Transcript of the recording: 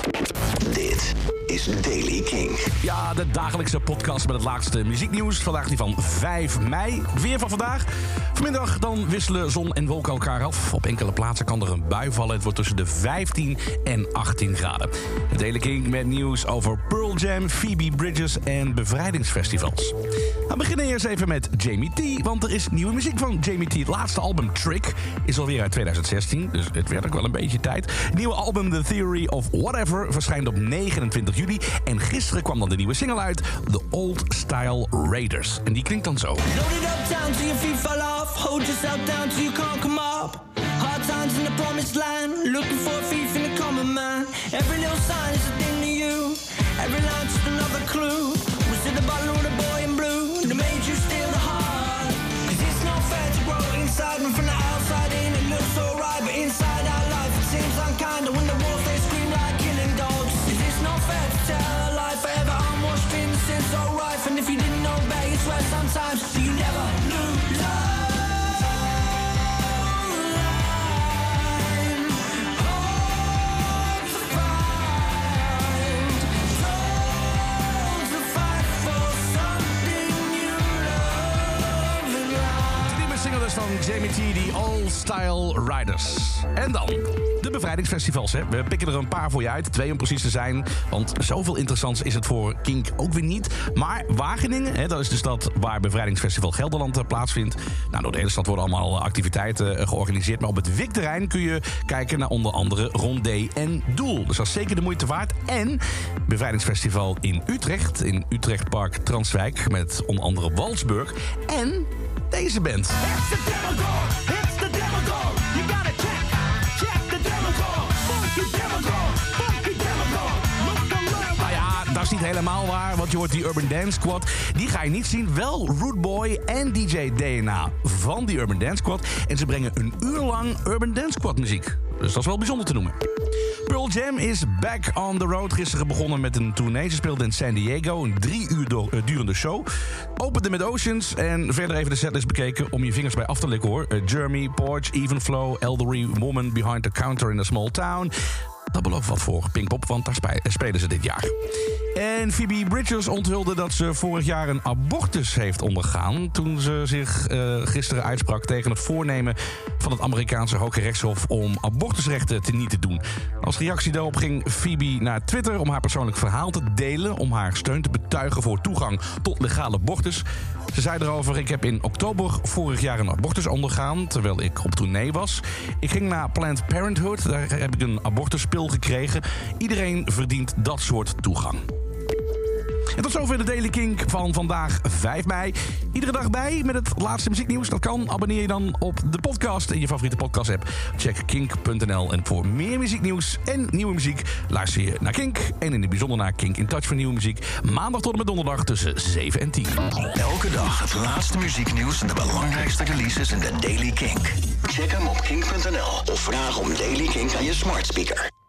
Dit is Daily King. Ja, de dagelijkse podcast met het laatste muzieknieuws. Vandaag die van 5 mei. Weer van vandaag. Vanmiddag dan wisselen zon en wolken elkaar af. Op enkele plaatsen kan er een bui vallen. Het wordt tussen de 15 en 18 graden. De Daily King met nieuws over Pearl Jam, Phoebe Bridgers en bevrijdingsfestivals. We beginnen eerst even met Jamie T. Want er is nieuwe muziek van Jamie T. Het laatste album Trick is alweer uit 2016. Dus het werd ook wel een beetje tijd. Het nieuwe album The Theory of Whatever verschijnt op 29 juli. En gisteren kwam dan de nieuwe single uit, The Old Style Raiders. En die klinkt dan zo. Load it up down till your feet fall off. Hold yourself down till you can't come up. Hard times in the promised land. Looking for a thief in the common man. Every little sign is a thing to you. Every line just another clue. Was it the bottle or the boy in blue that made you steal the heart? 'Cause it's not fair to grow inside and from the outside in. It looks so right, but inside our life it seems unkind. And when the wolves they scream like killing dogs. 'Cause it's not fair to tell a lie forever unwashed innocence so rife. And if you didn't know better, you swear sometimes you never knew love. Van Jamie T, die All Style Riders. En dan de bevrijdingsfestivals. Hè. We pikken er een paar voor je uit, 2 om precies te zijn. Want zoveel interessants is het voor Kink ook weer niet. Maar Wageningen, hè, dat is de stad waar bevrijdingsfestival Gelderland plaatsvindt. Nou, door de hele stad worden allemaal activiteiten georganiseerd. Maar op het WIC-terrein kun je kijken naar onder andere Rondé en Doel. Dus dat is zeker de moeite waard. En bevrijdingsfestival in Utrecht, in Utrecht Park Transwijk, met onder andere Walsburg. En deze band. It's the Demogorgon, it's the Demogorgon. You gotta check the Demogorgon. Funky Demogorgon, funky Demogorgon. Look around. Nou ja, dat is niet helemaal waar, want je hoort die Urban Dance Squad. Die ga je niet zien. Wel Rude Boy en DJ DNA van die Urban Dance Squad. En ze brengen een uur lang Urban Dance Squad muziek. Dus dat is wel bijzonder te noemen. Pearl Jam is back on the road. Gisteren begonnen met een tournee. Ze speelden in San Diego, een 3 uur durende show. Opende met Oceans en verder even de setlist bekeken om je vingers bij af te likken hoor. Jeremy, Porch, Even Flow, Elderly Woman Behind the Counter in a Small Town. Dat belooft wat voor Pinkpop, want daar spelen ze dit jaar. En Phoebe Bridgers onthulde dat ze vorig jaar een abortus heeft ondergaan toen ze zich gisteren uitsprak tegen het voornemen van het Amerikaanse Hoge Rechtshof om abortusrechten teniet te doen. Als reactie daarop ging Phoebe naar Twitter om haar persoonlijk verhaal te delen, om haar steun te betuigen voor toegang tot legale abortus. Ze zei erover: ik heb in oktober vorig jaar een abortus ondergaan terwijl ik op tournee was. Ik ging naar Planned Parenthood, daar heb ik een abortuspil gekregen. Iedereen verdient dat soort toegang. En tot zover de Daily Kink van vandaag 5 mei. Iedere dag bij met het laatste muzieknieuws. Dat kan. Abonneer je dan op de podcast in je favoriete podcast-app. Check kink.nl. En voor meer muzieknieuws en nieuwe muziek luister je naar Kink. En in het bijzonder naar Kink in Touch voor nieuwe muziek. Maandag tot en met donderdag tussen 7 en 10. Elke dag het laatste muzieknieuws en de belangrijkste releases in de Daily Kink. Check hem op kink.nl of vraag om Daily Kink aan je smart speaker.